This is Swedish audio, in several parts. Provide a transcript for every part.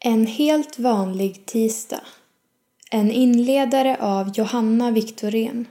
En helt vanlig tisdag. En inledare av Johanna Victorén.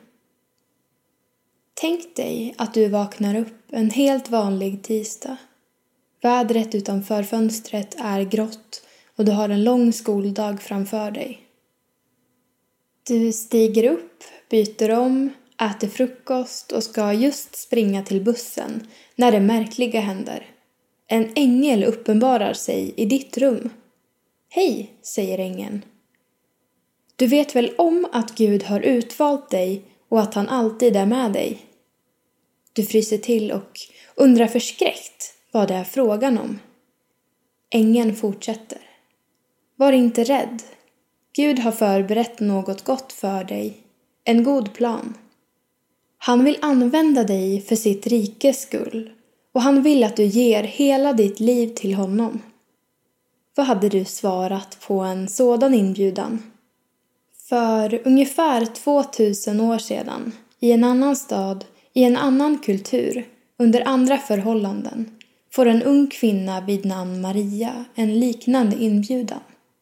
Tänk dig att du vaknar upp en helt vanlig tisdag. Vädret utanför fönstret är grått och du har en lång skoldag framför dig. Du stiger upp, byter om, äter frukost och ska just springa till bussen när det märkliga händer. En ängel uppenbarar sig i ditt rum. Hej, säger ängeln. Du vet väl om att Gud har utvalt dig och att han alltid är med dig? Du fryser till och undrar förskräckt vad det är frågan om. Ängeln fortsätter. Var inte rädd. Gud har förberett något gott för dig. En god plan. Han vill använda dig för sitt rikes skull och han vill att du ger hela ditt liv till honom. Vad hade du svarat på en sådan inbjudan? För ungefär 2000 år sedan, i en annan stad, i en annan kultur, under andra förhållanden, får en ung kvinna vid namn Maria en liknande inbjudan.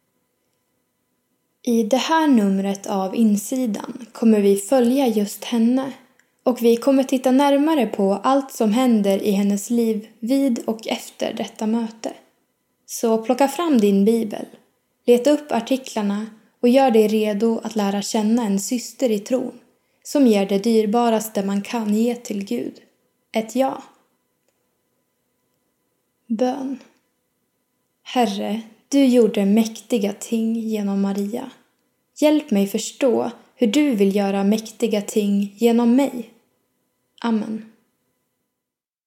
I det här numret av Insidan kommer vi följa just henne och vi kommer titta närmare på allt som händer i hennes liv vid och efter detta möte. Så plocka fram din bibel, leta upp artiklarna och gör dig redo att lära känna en syster i tron som ger det dyrbaraste man kan ge till Gud, ett ja. Bön. Herre, du gjorde mäktiga ting genom Maria. Hjälp mig förstå hur du vill göra mäktiga ting genom mig. Amen.